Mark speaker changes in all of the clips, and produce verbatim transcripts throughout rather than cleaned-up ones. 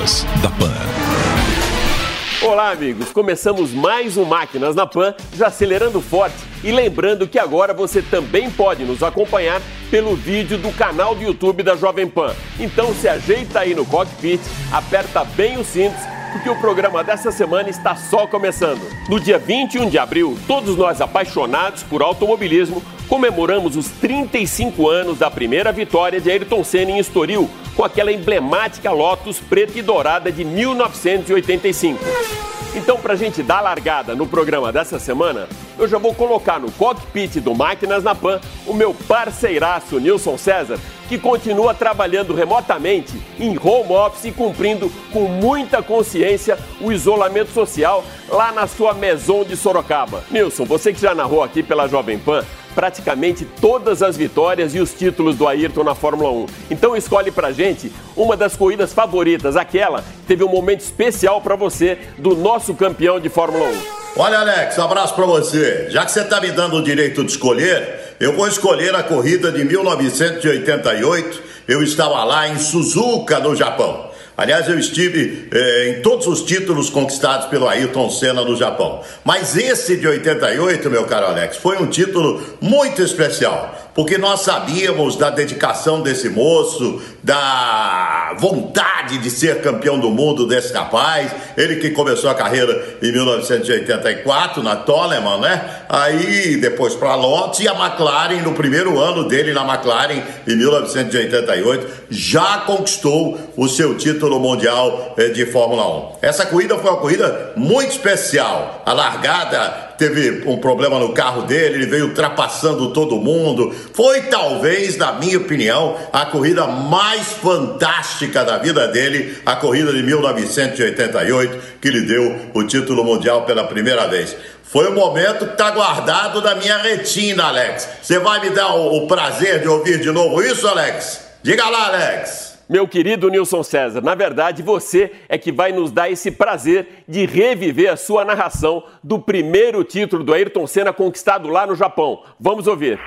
Speaker 1: Máquinas da Pan.
Speaker 2: Olá, amigos. Começamos mais um Máquinas na Pan, já acelerando forte. E lembrando que agora você também pode nos acompanhar pelo vídeo do canal do YouTube da Jovem Pan. Então se ajeita aí no cockpit, aperta bem os cintos, porque o programa dessa semana está só começando. No dia vinte e um de abril, todos nós apaixonados por automobilismo comemoramos os trinta e cinco anos da primeira vitória de Ayrton Senna em Estoril, com aquela emblemática Lotus preta e dourada de mil novecentos e oitenta e cinco. Então, para a gente dar largada no programa dessa semana, eu já vou colocar no cockpit do Máquinas na Pan o meu parceiraço Nilson César, que continua trabalhando remotamente em home office e cumprindo com muita consciência o isolamento social lá na sua Maison de Sorocaba. Nilson, você que já narrou aqui pela Jovem Pan praticamente todas as vitórias e os títulos do Ayrton na Fórmula um. Então escolhe pra gente uma das corridas favoritas, aquela que teve um momento especial pra você do nosso campeão de Fórmula um.
Speaker 3: Olha, Alex, um abraço pra você. Já que você tá me dando o direito de escolher, eu vou escolher a corrida de mil novecentos e oitenta e oito. Eu estava lá em Suzuka, no Japão. Aliás, eu estive eh, em todos os títulos conquistados pelo Ayrton Senna no Japão. Mas esse de oitenta e oito, meu caro Alex, foi um título muito especial, porque nós sabíamos da dedicação desse moço, da vontade de ser campeão do mundo desse rapaz. Ele que começou a carreira em mil novecentos e oitenta e quatro na Toleman, né? Aí depois para a Lotus, e a McLaren, no primeiro ano dele na McLaren, em mil novecentos e oitenta e oito, já conquistou o seu título mundial de Fórmula um. Essa corrida foi uma corrida muito especial. A largada teve um problema no carro dele, ele veio ultrapassando todo mundo. Foi talvez, na minha opinião, a corrida mais fantástica da vida dele, a corrida de mil novecentos e oitenta e oito, que lhe deu o título mundial pela primeira vez. Foi um momento que está guardado na minha retina, Alex. Você vai me dar o, o prazer de ouvir de novo isso, Alex? Diga lá, Alex.
Speaker 2: Meu querido Nilson César, na verdade você é que vai nos dar esse prazer de reviver a sua narração do primeiro título do Ayrton Senna conquistado lá no Japão. Vamos ouvir.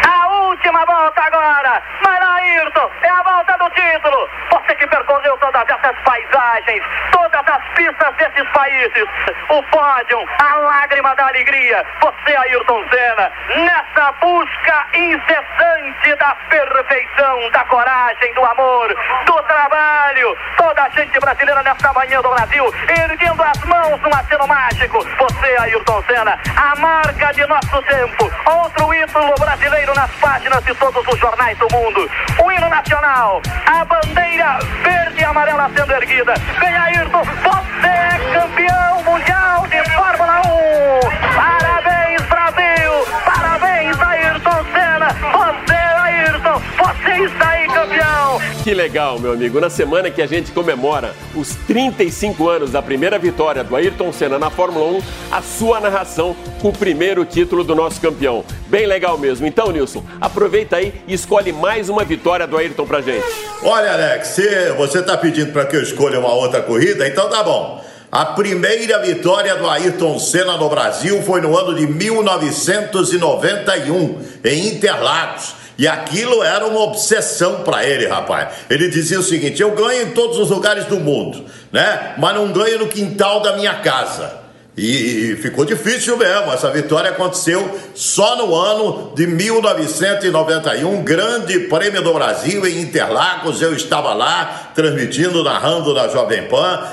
Speaker 4: Última volta agora, vai lá, Ayrton, é a volta do título. Você que percorreu todas essas paisagens, todas as pistas desses países, o pódio, a lágrima da alegria. Você, Ayrton Senna, nessa busca incessante da perfeição, da coragem, do amor, do trabalho. Toda a gente brasileira nesta manhã do Brasil, erguendo as mãos num aceno mágico. Você, Ayrton Senna, a marca de nosso tempo, outro ídolo brasileiro nas páginas de todos os jornais do mundo. O hino nacional, a bandeira verde e amarela sendo erguida. Vem, Ayrton, você é campeão mundial de Fórmula um. Parabéns, Brasil! Parabéns, Ayrton Senna! Você, Ayrton, você está aí, campeão!
Speaker 2: Que legal, meu amigo. Na semana que a gente comemora os trinta e cinco anos da primeira vitória do Ayrton Senna na Fórmula um, a sua narração com o primeiro título do nosso campeão. Bem legal mesmo. Então, Nilson, aproveita aí e escolhe mais uma vitória do Ayrton pra gente.
Speaker 3: Olha, Alex, se você tá pedindo para que eu escolha uma outra corrida, então tá bom. A primeira vitória do Ayrton Senna no Brasil foi no ano de mil novecentos e noventa e um, em Interlagos. E aquilo era uma obsessão para ele, rapaz. Ele dizia o seguinte: eu ganho em todos os lugares do mundo, né? Mas não ganho no quintal da minha casa. E, e ficou difícil mesmo. Essa vitória aconteceu só no ano de mil novecentos e noventa e um, Grande Prêmio do Brasil em Interlagos. Eu estava lá transmitindo, narrando na Jovem Pan.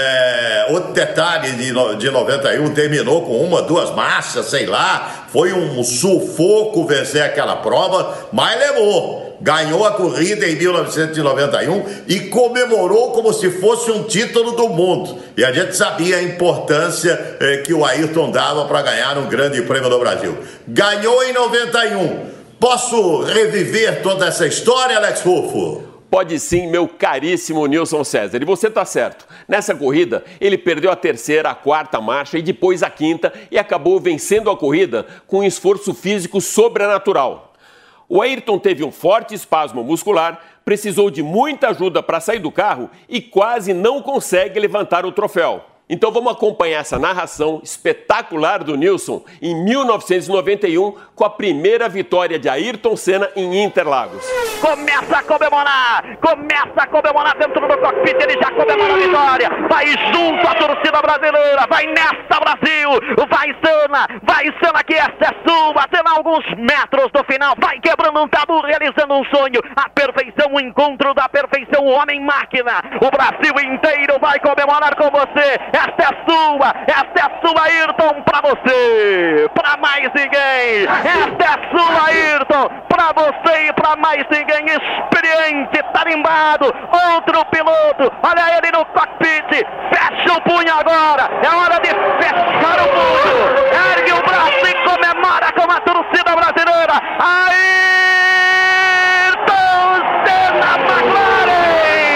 Speaker 3: É, outro detalhe de, de noventa e um, terminou com uma, duas marchas, sei lá. Foi um sufoco vencer aquela prova, mas levou. Ganhou a corrida em mil novecentos e noventa e um e comemorou como se fosse um título do mundo. E a gente sabia a importância eh, que o Ayrton dava para ganhar um Grande Prêmio do Brasil. Ganhou em noventa e um. Posso reviver toda essa história, Alex Rufo?
Speaker 2: Pode sim, meu caríssimo Nilson César. E você tá certo. Nessa corrida, ele perdeu a terceira, a quarta marcha e depois a quinta e acabou vencendo a corrida com um esforço físico sobrenatural. O Ayrton teve um forte espasmo muscular, precisou de muita ajuda para sair do carro e quase não consegue levantar o troféu. Então vamos acompanhar essa narração espetacular do Nilson em mil novecentos e noventa e um com a primeira vitória de Ayrton Senna em Interlagos.
Speaker 4: Começa a comemorar, começa a comemorar dentro do cockpit, ele já comemora a vitória, vai junto à torcida brasileira, vai nesta Brasil, vai Senna, vai Senna que essa é sua, até alguns metros do final, vai quebrando um tabu, realizando um sonho, a perfeição, o encontro da perfeição, o homem-máquina, o Brasil inteiro vai comemorar com você. Esta é sua, esta é sua, Ayrton, pra você, pra mais ninguém. Esta é sua, Ayrton, pra você e pra mais ninguém. Experiente, tarimbado, outro piloto, olha ele no cockpit, fecha o punho agora, é hora de fechar o punho, ergue o braço e comemora com a torcida brasileira. Ayrton Senna McLaren!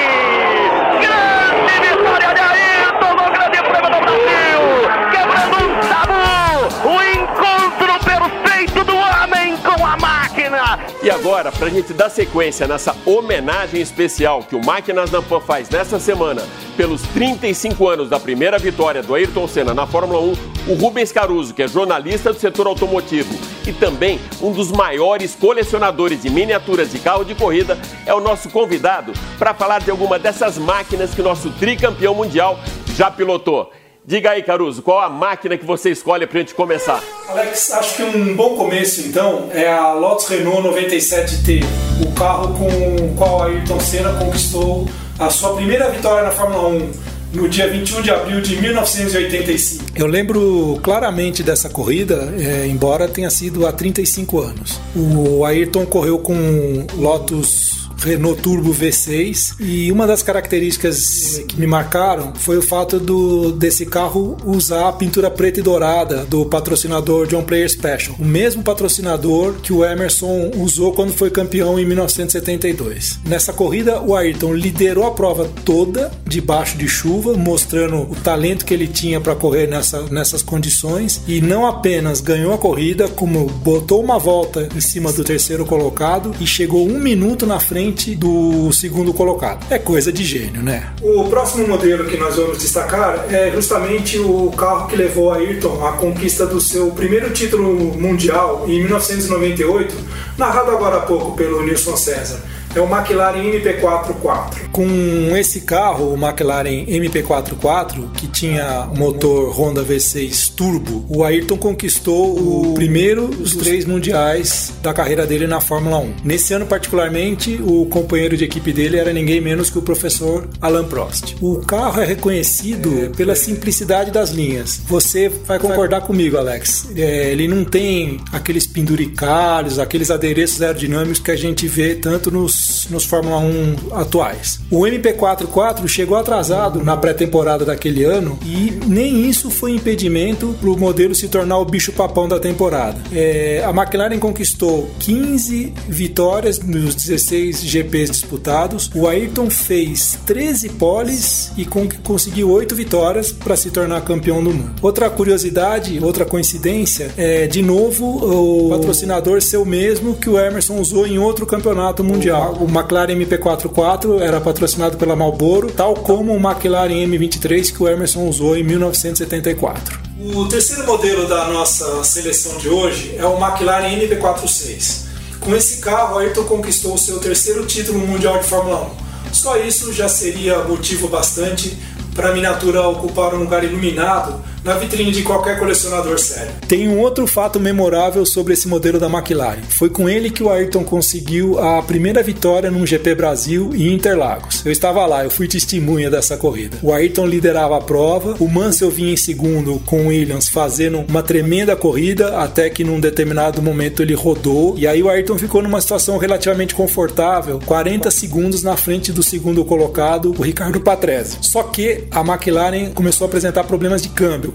Speaker 2: E agora, para a gente dar sequência nessa homenagem especial que o Máquinas na Pan faz nessa semana pelos trinta e cinco anos da primeira vitória do Ayrton Senna na Fórmula um, o Rubens Caruso, que é jornalista do setor automotivo e também um dos maiores colecionadores de miniaturas de carro de corrida, é o nosso convidado para falar de alguma dessas máquinas que o nosso tricampeão mundial já pilotou. Diga aí, Caruso, qual a máquina que você escolhe para a gente começar?
Speaker 1: Alex, acho que um bom começo, então, é a Lotus Renault noventa e sete T, o carro com o qual Ayrton Senna conquistou a sua primeira vitória na Fórmula um, no dia vinte e um de abril de mil novecentos e oitenta e cinco.
Speaker 5: Eu lembro claramente dessa corrida, é, embora tenha sido há trinta e cinco anos. O Ayrton correu com Lotus Renault Turbo V seis, e uma das características que me marcaram foi o fato do, desse carro usar a pintura preta e dourada do patrocinador John Player Special, o mesmo patrocinador que o Emerson usou quando foi campeão em mil novecentos e setenta e dois. Nessa corrida, o Ayrton liderou a prova toda debaixo de chuva, mostrando o talento que ele tinha para correr nessa, nessas condições, e não apenas ganhou a corrida, como botou uma volta em cima do terceiro colocado e chegou um minuto na frente do segundo colocado. É coisa de gênio, né?
Speaker 1: O próximo modelo que nós vamos destacar é justamente o carro que levou Ayrton à conquista do seu primeiro título mundial em mil novecentos e noventa e oito, narrado agora há pouco pelo Nilson César. É o McLaren M P quarenta e quatro.
Speaker 5: Com esse carro, o McLaren M P quarenta e quatro, que tinha motor Honda V seis Turbo, o Ayrton conquistou o primeiro dos três mundiais da carreira dele na Fórmula um. Nesse ano, particularmente, o companheiro de equipe dele era ninguém menos que o professor Alain Prost. O carro é reconhecido é, pela simplicidade das linhas. Você vai concordar comigo, Alex. É, ele não tem aqueles penduricalhos, aqueles adereços aerodinâmicos que a gente vê tanto nos nos Fórmula um atuais. O M P quarenta e quatro chegou atrasado na pré-temporada daquele ano e nem isso foi impedimento para o modelo se tornar o bicho-papão da temporada. É, a McLaren conquistou quinze vitórias nos dezesseis G Ps disputados. O Ayrton fez treze poles e con- conseguiu oito vitórias para se tornar campeão do mundo. Outra curiosidade, outra coincidência, é de novo o patrocinador ser o mesmo que o Emerson usou em outro campeonato mundial. O McLaren M P quarenta e quatro era patrocinado pela Marlboro, tal como o McLaren M vinte e três que o Emerson usou em mil novecentos e setenta e quatro.
Speaker 1: O terceiro modelo da nossa seleção de hoje é o McLaren M P quarenta e seis. Com esse carro, Ayrton conquistou o seu terceiro título mundial de Fórmula um. Só isso já seria motivo bastante para a miniatura ocupar um lugar iluminado na vitrine de qualquer colecionador sério.
Speaker 5: Tem um outro fato memorável sobre esse modelo da McLaren. Foi com ele que o Ayrton conseguiu a primeira vitória num G P Brasil em Interlagos. Eu estava lá, eu fui testemunha dessa corrida. O Ayrton liderava a prova, o Mansell vinha em segundo com o Williams fazendo uma tremenda corrida, até que num determinado momento ele rodou, e aí o Ayrton ficou numa situação relativamente confortável, quarenta segundos na frente do segundo colocado, o Ricardo Patrese. Só que a McLaren começou a apresentar problemas de câmbio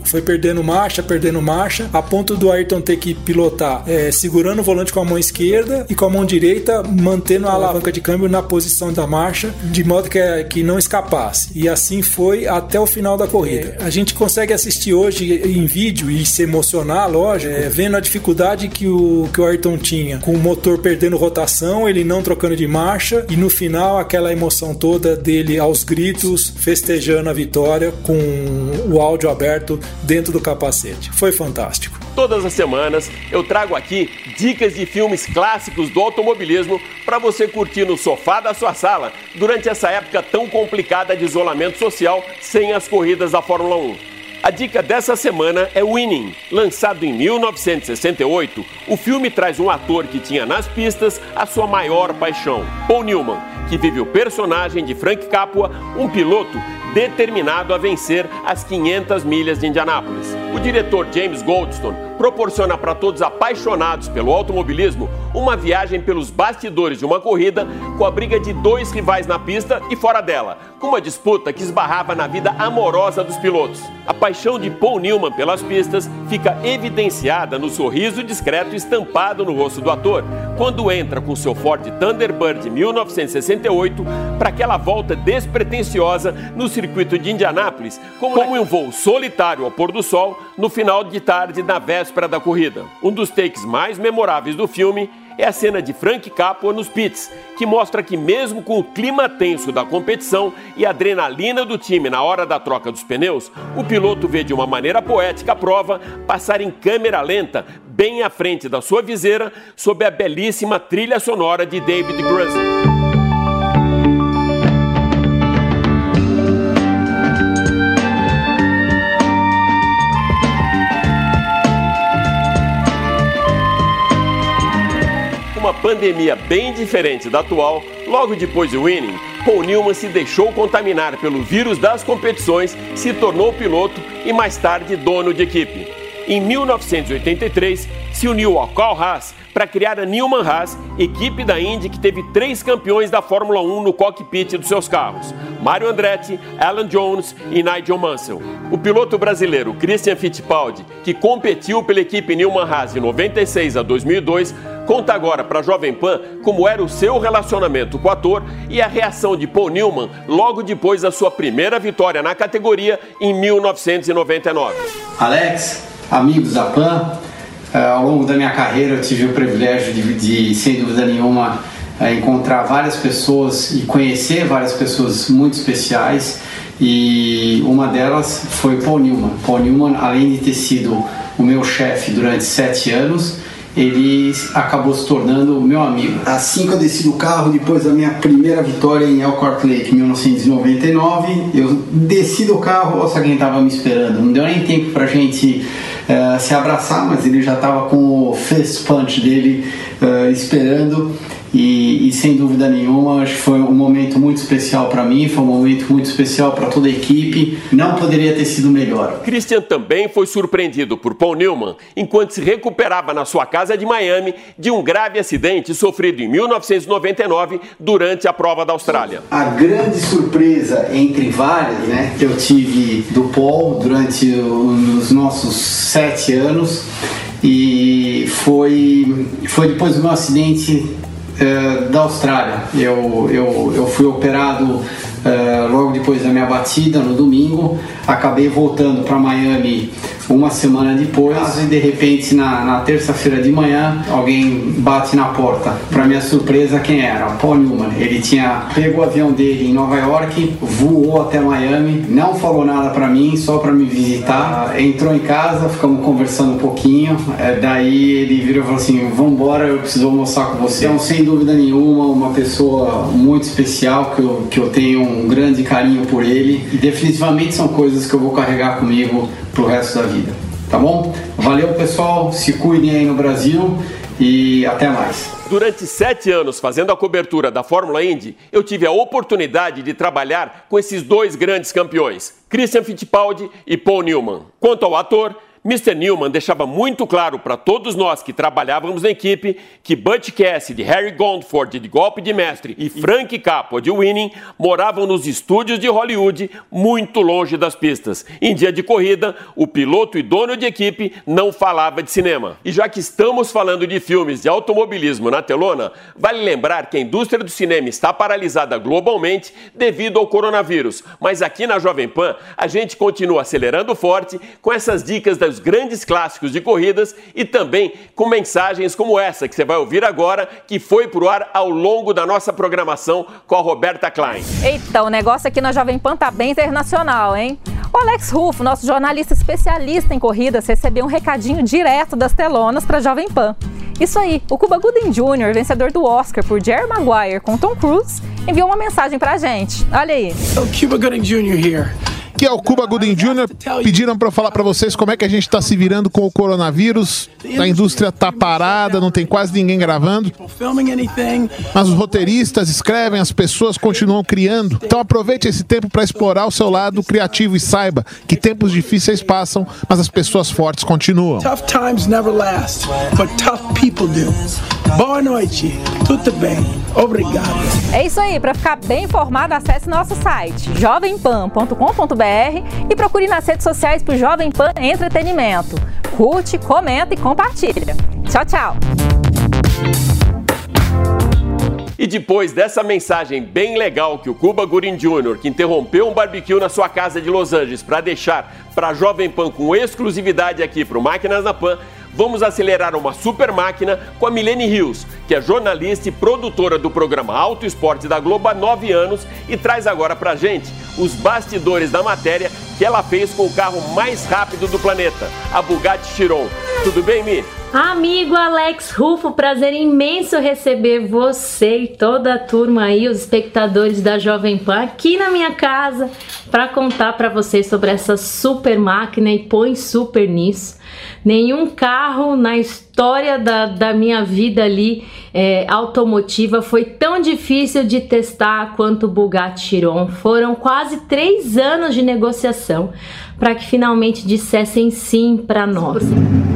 Speaker 5: foi perdendo marcha, perdendo marcha, a ponto do Ayrton ter que pilotar é, segurando o volante com a mão esquerda e com a mão direita mantendo a alavanca de câmbio na posição da marcha, de modo que, que não escapasse. E assim foi até o final da corrida. É, a gente consegue assistir hoje em vídeo e se emocionar, lógico, é, vendo a dificuldade que o, que o Ayrton tinha, com o motor perdendo rotação, ele não trocando de marcha, e no final aquela emoção toda dele aos gritos, festejando a vitória com o áudio aberto dentro do capacete. Foi fantástico.
Speaker 2: Todas as semanas eu trago aqui dicas de filmes clássicos do automobilismo para você curtir no sofá da sua sala durante essa época tão complicada de isolamento social sem as corridas da Fórmula um. A dica dessa semana é Winning. Lançado em mil novecentos e sessenta e oito, o filme traz um ator que tinha nas pistas a sua maior paixão, Paul Newman, que vive o personagem de Frank Capua, um piloto determinado a vencer as quinhentas milhas de Indianápolis. O diretor James Goldstone proporciona para todos apaixonados pelo automobilismo uma viagem pelos bastidores de uma corrida com a briga de dois rivais na pista e fora dela, com uma disputa que esbarrava na vida amorosa dos pilotos. A paixão de Paul Newman pelas pistas fica evidenciada no sorriso discreto estampado no rosto do ator, quando entra com seu Ford Thunderbird mil novecentos e sessenta e oito para aquela volta despretensiosa no circuito de Indianápolis, como em um voo solitário ao pôr do sol no final de tarde na véspera da corrida. Um dos takes mais memoráveis do filme é a cena de Frank Capua nos pits, que mostra que mesmo com o clima tenso da competição e a adrenalina do time na hora da troca dos pneus, o piloto vê de uma maneira poética a prova passar em câmera lenta, bem à frente da sua viseira, sob a belíssima trilha sonora de David Grusin. Uma pandemia bem diferente da atual, logo depois de Winning, Paul Newman se deixou contaminar pelo vírus das competições, se tornou piloto e mais tarde dono de equipe. Em mil novecentos e oitenta e três, se uniu ao Carl Haas para criar a Newman Haas, equipe da Indy que teve três campeões da Fórmula um no cockpit dos seus carros: Mario Andretti, Alan Jones e Nigel Mansell. O piloto brasileiro Christian Fittipaldi, que competiu pela equipe Newman Haas de noventa e seis a dois mil e dois, conta agora para a Jovem Pan como era o seu relacionamento com o ator e a reação de Paul Newman logo depois da sua primeira vitória na categoria em mil novecentos e noventa e nove.
Speaker 6: Alex, amigos da Pan, ao longo da minha carreira eu tive o privilégio de, de sem dúvida nenhuma, encontrar várias pessoas e conhecer várias pessoas muito especiais, e uma delas foi Paul Newman. Paul Newman, além de ter sido o meu chefe durante sete anos, ele acabou se tornando meu amigo.
Speaker 7: Assim que eu desci do carro, depois da minha primeira vitória em Elkhart Lake em mil novecentos e noventa e nove, eu desci do carro, olha só quem estava me esperando. Não deu nem tempo pra gente uh, se abraçar, mas ele já estava com o fist punch dele uh, esperando. E, e sem dúvida nenhuma, acho que foi um momento muito especial para mim, foi um momento muito especial para toda a equipe, não poderia ter sido melhor.
Speaker 2: Christian também foi surpreendido por Paul Newman enquanto se recuperava na sua casa de Miami de um grave acidente sofrido em mil novecentos e noventa e nove durante a prova da Austrália.
Speaker 6: A grande surpresa, entre várias, né, que eu tive do Paul durante os nossos sete anos, e foi, foi depois do meu acidente Uh, da Austrália. Eu, eu, eu fui operado uh, logo depois da minha batida no domingo, acabei voltando para Miami uma semana depois e de repente na, na terça-feira de manhã alguém bate na porta. Para minha surpresa, quem era? Paul Newman. Ele tinha pego o avião dele em Nova York, voou até Miami, não falou nada para mim, só para me visitar, entrou em casa, ficamos conversando um pouquinho, é, daí ele virou e falou assim: vambora, eu preciso almoçar com você. Então, sem dúvida nenhuma, uma pessoa muito especial, que eu, que eu tenho um grande carinho por ele, e definitivamente são coisas que eu vou carregar comigo pro resto da vida, tá bom? Valeu, pessoal, se cuidem aí no Brasil e até mais.
Speaker 2: Durante sete anos fazendo a cobertura da Fórmula Indy, eu tive a oportunidade de trabalhar com esses dois grandes campeões, Christian Fittipaldi e Paul Newman. Quanto ao ator, mister Newman deixava muito claro para todos nós que trabalhávamos na equipe que Butch Cassidy, Harry Gondford de Golpe de Mestre e Frank Capra de Winning moravam nos estúdios de Hollywood, muito longe das pistas. Em dia de corrida, o piloto e dono de equipe não falava de cinema. E já que estamos falando de filmes de automobilismo na telona, vale lembrar que a indústria do cinema está paralisada globalmente devido ao coronavírus. Mas aqui na Jovem Pan, a gente continua acelerando forte com essas dicas das os grandes clássicos de corridas e também com mensagens como essa que você vai ouvir agora, que foi pro ar ao longo da nossa programação com a Roberta Klein.
Speaker 8: Eita, o negócio aqui na Jovem Pan tá bem internacional, hein? O Alex Ruffo, nosso jornalista especialista em corridas, recebeu um recadinho direto das telonas para Jovem Pan. Isso aí, o Cuba Gooding Júnior, vencedor do Oscar por Jerry Maguire com Tom Cruise, enviou uma mensagem pra gente. Olha aí.
Speaker 9: Oh, Cuba Gooding Júnior here.
Speaker 10: Aqui é o Cuba Gooding Júnior Pediram para eu falar para vocês como é que a gente está se virando com o coronavírus. A indústria está parada, não tem quase ninguém gravando. Mas os roteiristas escrevem, as pessoas continuam criando. Então aproveite esse tempo para explorar o seu lado criativo e saiba que tempos difíceis passam, mas as pessoas fortes continuam.
Speaker 9: Tough times never last, but tough people do. Boa noite, tudo bem, obrigado.
Speaker 8: É isso aí, para ficar bem informado, acesse nosso site jovem pan ponto com ponto b r e procure nas redes sociais por Jovem Pan Entretenimento. Curte, comenta e compartilha. Tchau, tchau.
Speaker 2: E depois dessa mensagem bem legal que o Cuba Gooding Júnior, que interrompeu um barbecue na sua casa de Los Angeles para deixar para a Jovem Pan com exclusividade aqui para o Máquinas na Pan, vamos acelerar uma super máquina com a Milene Rios, que é jornalista e produtora do programa Auto Esporte da Globo há nove anos e traz agora pra gente os bastidores da matéria que ela fez com o carro mais rápido do planeta, a Bugatti Chiron. Tudo bem, Mi?
Speaker 11: Amigo Alex Ruffo, prazer imenso receber você e toda a turma aí, os espectadores da Jovem Pan aqui na minha casa para contar para vocês sobre essa super máquina e põe super nisso. Nenhum carro na história da, da minha vida ali é, automotiva foi tão difícil de testar quanto o Bugatti Chiron. Foram quase três anos de negociação para que finalmente dissessem sim para nós.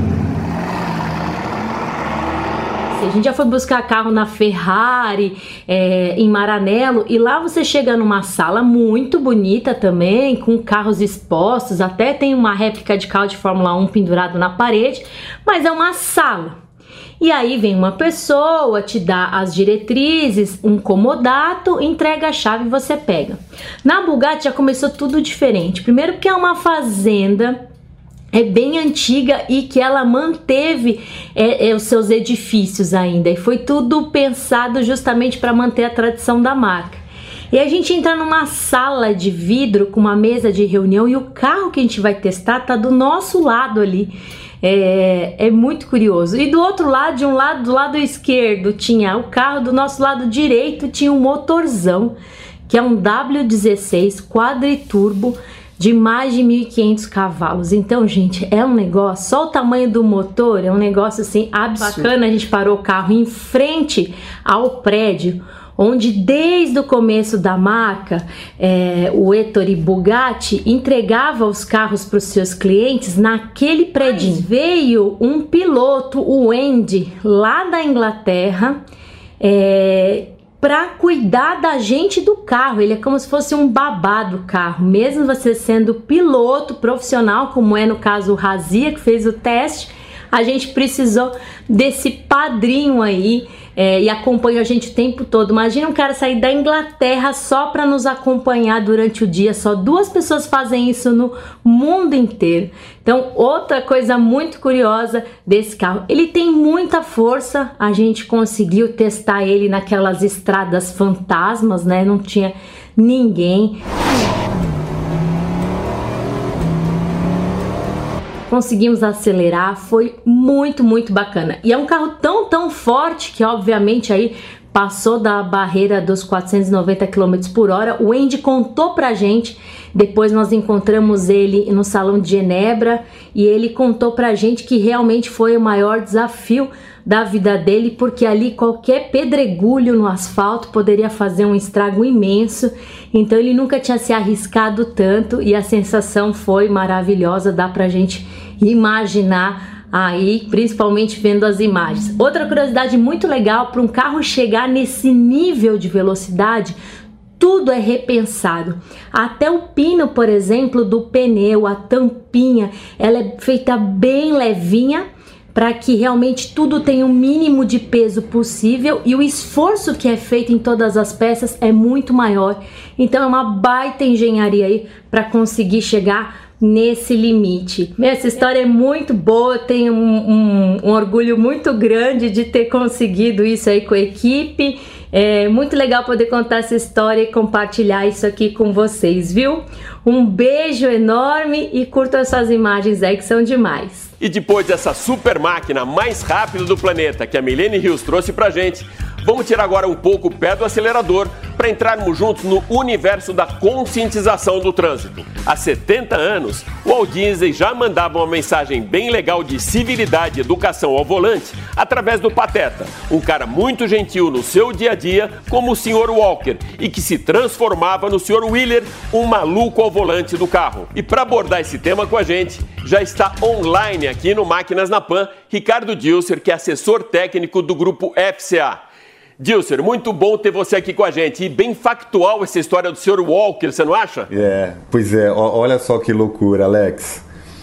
Speaker 11: A gente já foi buscar carro na Ferrari, é, em Maranello, e lá você chega numa sala muito bonita também, com carros expostos, até tem uma réplica de carro de Fórmula um pendurado na parede, mas é uma sala. E aí vem uma pessoa, te dá as diretrizes, um comodato, entrega a chave e você pega. Na Bugatti já começou tudo diferente. Primeiro porque é uma fazenda, é bem antiga e que ela manteve é, é, os seus edifícios ainda. E foi tudo pensado justamente para manter a tradição da marca. E a gente entra numa sala de vidro com uma mesa de reunião e o carro que a gente vai testar tá do nosso lado ali. É, é muito curioso. E do outro lado, de um lado, do lado esquerdo tinha o carro, do nosso lado direito tinha um motorzão, que é um W dezesseis quadriturbo de mais de mil e quinhentos cavalos. Então, gente, é um negócio, só o tamanho do motor é um negócio assim absurdo. Bacana. A gente parou o carro em frente ao prédio onde desde o começo da marca, é, o Ettore Bugatti entregava os carros para os seus clientes naquele prédio. Veio um piloto, o Andy, lá da Inglaterra, é, para cuidar da gente do carro. Ele é como se fosse um babá do carro, mesmo você sendo piloto profissional, como é no caso o Razia, que fez o teste. A gente precisou desse padrinho aí, é, e acompanha a gente o tempo todo. Imagina um cara sair da Inglaterra só para nos acompanhar durante o dia. Só duas pessoas fazem isso no mundo inteiro. Então, outra coisa muito curiosa desse carro, ele tem muita força. A gente conseguiu testar ele naquelas estradas fantasmas, né? Não tinha ninguém. Conseguimos acelerar, foi muito, muito bacana. E é um carro tão, tão forte que, obviamente, aí passou da barreira dos quatrocentos e noventa quilômetros por hora. O Andy contou pra gente, depois nós encontramos ele no Salão de Genebra, e ele contou pra gente que realmente foi o maior desafio da vida dele, porque ali qualquer pedregulho no asfalto poderia fazer um estrago imenso. Então ele nunca tinha se arriscado tanto e a sensação foi maravilhosa, dá pra gente imaginar aí, principalmente vendo as imagens. Outra curiosidade muito legal, para um carro chegar nesse nível de velocidade, tudo é repensado. Até o pino, por exemplo, do pneu, a tampinha, ela é feita bem levinha para que realmente tudo tenha o mínimo de peso possível, e o esforço que é feito em todas as peças é muito maior. Então é uma baita engenharia aí para conseguir chegar nesse limite. Essa história é muito boa, tenho um, um, um orgulho muito grande de ter conseguido isso aí com a equipe. É muito legal poder contar essa história e compartilhar isso aqui com vocês, viu? Um beijo enorme e curtam essas imagens aí que são demais.
Speaker 2: E depois dessa super máquina mais rápida do planeta que a Milene Rios trouxe pra gente, vamos tirar agora um pouco o pé do acelerador para entrarmos juntos no universo da conscientização do trânsito. Há setenta anos, o Walt Disney já mandava uma mensagem bem legal de civilidade e educação ao volante através do Pateta, um cara muito gentil no seu dia a dia, como o senhor Walker, e que se transformava no senhor Wheeler, um maluco ao volante do carro. E para abordar esse tema com a gente, já está online aqui no Máquinas na Pan, Ricardo Dilser, que é assessor técnico do grupo F C A. Dilser, muito bom ter você aqui com a gente. E bem factual essa história do senhor Walker, você não acha?
Speaker 12: É, pois é, olha só que loucura, Alex.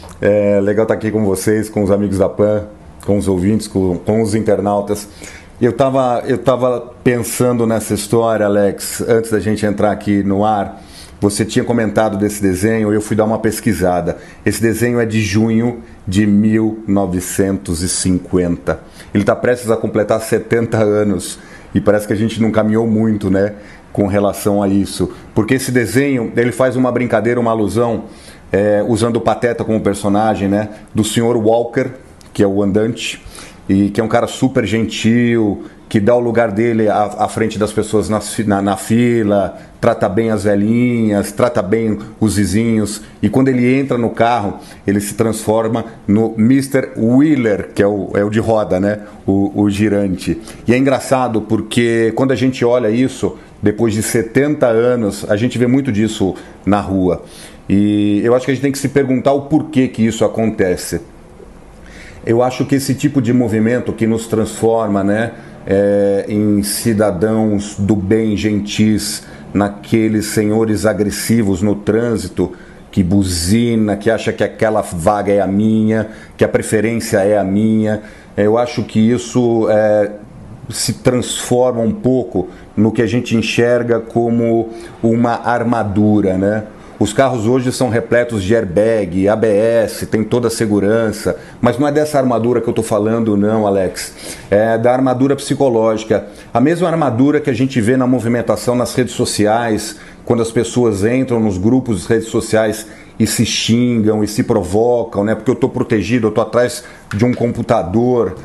Speaker 12: É legal estar aqui com vocês, com os amigos da Pan, com os ouvintes, com, com os internautas. Eu estava eu tava pensando nessa história, Alex, antes da gente entrar aqui no ar. Você tinha comentado desse desenho, eu fui dar uma pesquisada. Esse desenho é de junho de mil novecentos e cinquenta. Ele está prestes a completar setenta anos. E parece que a gente não caminhou muito, né, com relação a isso. Porque esse desenho, ele faz uma brincadeira, uma alusão, é, usando o Pateta como personagem, né, do senhor Walker, que é o andante, e que é um cara super gentil, que dá o lugar dele à, à frente das pessoas na, na, na fila, trata bem as velhinhas, trata bem os vizinhos, e quando ele entra no carro, ele se transforma no mister Wheeler, que é o, é o de roda, né? O, o girante. E é engraçado porque quando a gente olha isso, depois de setenta anos, a gente vê muito disso na rua. E eu acho que a gente tem que se perguntar o porquê que isso acontece. Eu acho que esse tipo de movimento que nos transforma, né, é, em cidadãos do bem, gentis, naqueles senhores agressivos no trânsito, que buzina, que acha que aquela vaga é a minha, que a preferência é a minha. Eu acho que isso é, se transforma um pouco no que a gente enxerga como uma armadura, né? Os carros hoje são repletos de airbag, A B S, tem toda a segurança, mas não é dessa armadura que eu estou falando não, Alex, é da armadura psicológica, a mesma armadura que a gente vê na movimentação nas redes sociais, quando as pessoas entram nos grupos de redes sociais e se xingam e se provocam, né? Porque eu estou protegido, eu estou atrás de um computador.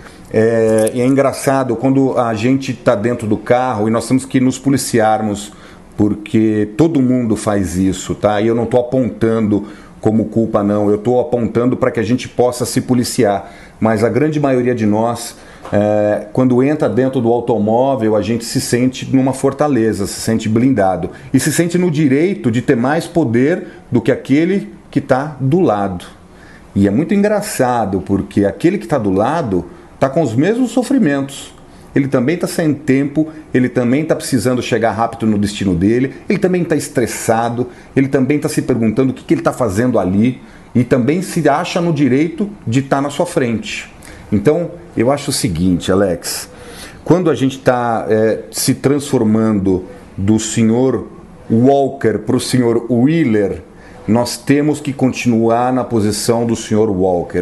Speaker 12: É, e é engraçado quando a gente está dentro do carro e nós temos que nos policiarmos, porque todo mundo faz isso, tá? E eu não estou apontando como culpa, não. Eu estou apontando para que a gente possa se policiar. Mas a grande maioria de nós, é, quando entra dentro do automóvel, a gente se sente numa fortaleza, se sente blindado. E se sente no direito de ter mais poder do que aquele que está do lado. E é muito engraçado, porque aquele que está do lado está com os mesmos sofrimentos. Ele também está sem tempo, ele também está precisando chegar rápido no destino dele, ele também está estressado, ele também está se perguntando o que, que ele está fazendo ali e também se acha no direito de estar tá na sua frente. Então, eu acho o seguinte, Alex, quando a gente está é, se transformando do senhor Walker para o senhor Wheeler, nós temos que continuar na posição do senhor Walker.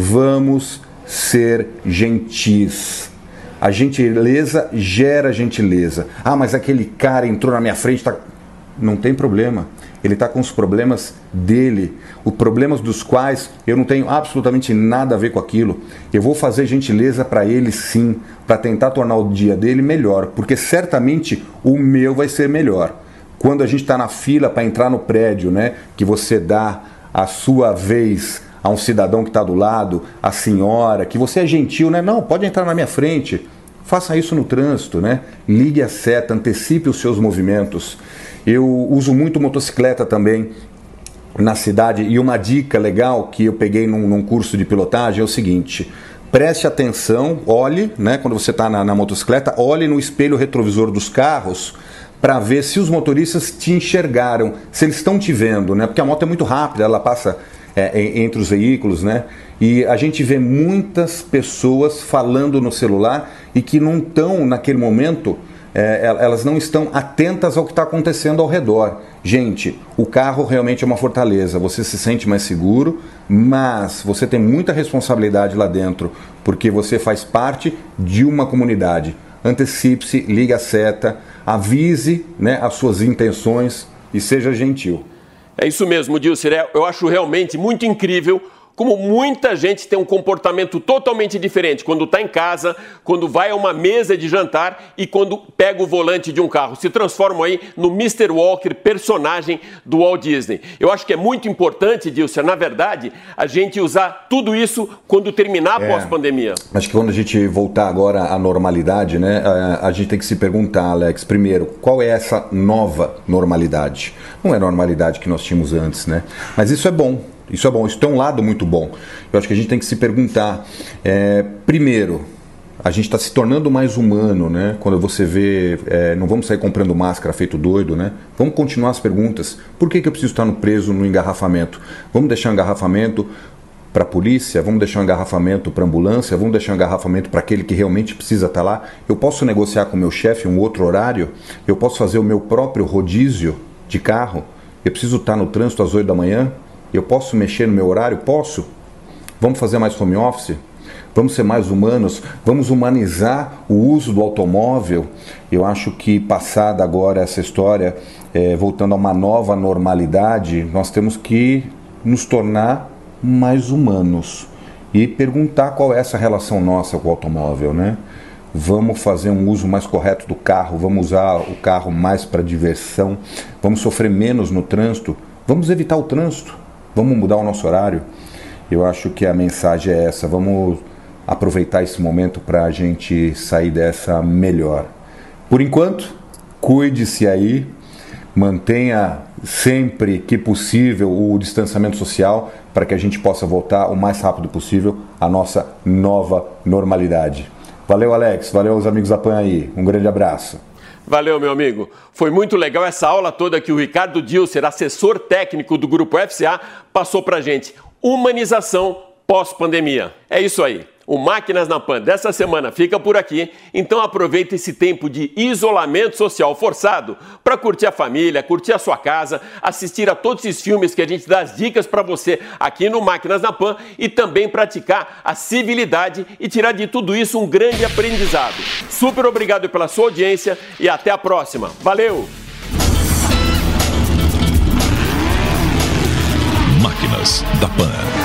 Speaker 12: Vamos ser gentis. A gentileza gera gentileza. Ah, mas aquele cara entrou na minha frente, tá... não tem problema. Ele está com os problemas dele, os problemas dos quais eu não tenho absolutamente nada a ver com aquilo. Eu vou fazer gentileza para ele sim, para tentar tornar o dia dele melhor, porque certamente o meu vai ser melhor. Quando a gente está na fila para entrar no prédio, né, que você dá a sua vez a um cidadão que está do lado, a senhora, que você é gentil, né? Não, pode entrar na minha frente. Faça isso no trânsito, né? Ligue a seta, antecipe os seus movimentos. Eu uso muito motocicleta também. na cidade, e uma dica legal que eu peguei num, num curso de pilotagem é o seguinte: preste atenção, olhe, né, quando você está na, na motocicleta, olhe no espelho retrovisor dos carros para ver se os motoristas te enxergaram, se eles estão te vendo, né, porque a moto é muito rápida, ela passa é, entre os veículos, né, e a gente vê muitas pessoas falando no celular e que não estão naquele momento. É, elas não estão atentas ao que está acontecendo ao redor. Gente, o carro realmente é uma fortaleza, você se sente mais seguro, mas você tem muita responsabilidade lá dentro, porque você faz parte de uma comunidade. Antecipe-se, ligue a seta, avise, né, as suas intenções e seja gentil.
Speaker 2: É isso mesmo, Dilcer. Eu acho realmente muito incrível como muita gente tem um comportamento totalmente diferente quando está em casa, quando vai a uma mesa de jantar e quando pega o volante de um carro. Se transformam aí no mister Walker, personagem do Walt Disney. Eu acho que é muito importante, Dilcer, na verdade, a gente usar tudo isso quando terminar a é, pós-pandemia.
Speaker 12: Acho que quando a gente voltar agora à normalidade, né, a, a gente tem que se perguntar, Alex, primeiro, qual é essa nova normalidade? Não é a normalidade que nós tínhamos antes, né? Mas isso é bom. Isso é bom, isso tem um lado muito bom. Eu acho que a gente tem que se perguntar, é, primeiro, a gente está se tornando mais humano, né? Quando você vê, é, não vamos sair comprando máscara feito doido, né? Vamos continuar as perguntas. Por que que eu preciso estar no preso no engarrafamento? Vamos deixar um engarrafamento para a polícia? Vamos deixar um engarrafamento para a ambulância? Vamos deixar um engarrafamento para aquele que realmente precisa estar lá? Eu posso negociar com o meu chefe um outro horário? Eu posso fazer o meu próprio rodízio de carro? Eu preciso estar no trânsito às oito da manhã? Eu posso mexer no meu horário? Posso? Vamos fazer mais home office? Vamos ser mais humanos? Vamos humanizar o uso do automóvel? Eu acho que, passada agora essa história, é, voltando a uma nova normalidade, nós temos que nos tornar mais humanos e perguntar qual é essa relação nossa com o automóvel, né? Vamos fazer um uso mais correto do carro, vamos usar o carro mais para diversão, vamos sofrer menos no trânsito, vamos evitar o trânsito. Vamos mudar o nosso horário? Eu acho que a mensagem é essa. Vamos aproveitar esse momento para a gente sair dessa melhor. Por enquanto, cuide-se aí, mantenha sempre que possível o distanciamento social para que a gente possa voltar o mais rápido possível à nossa nova normalidade. Valeu, Alex. Valeu aos amigos da Pan aí. Um grande abraço.
Speaker 2: Valeu, meu amigo. Foi muito legal essa aula toda que o Ricardo Dilcer, assessor técnico do Grupo F C A, passou pra gente. Humanização pós-pandemia. É isso aí. O Máquinas na Pan dessa semana fica por aqui, então aproveita esse tempo de isolamento social forçado para curtir a família, curtir a sua casa, assistir a todos esses filmes que a gente dá as dicas para você aqui no Máquinas na Pan e também praticar a civilidade e tirar de tudo isso um grande aprendizado. Super obrigado pela sua audiência e até a próxima. Valeu!
Speaker 13: Máquinas da Pan.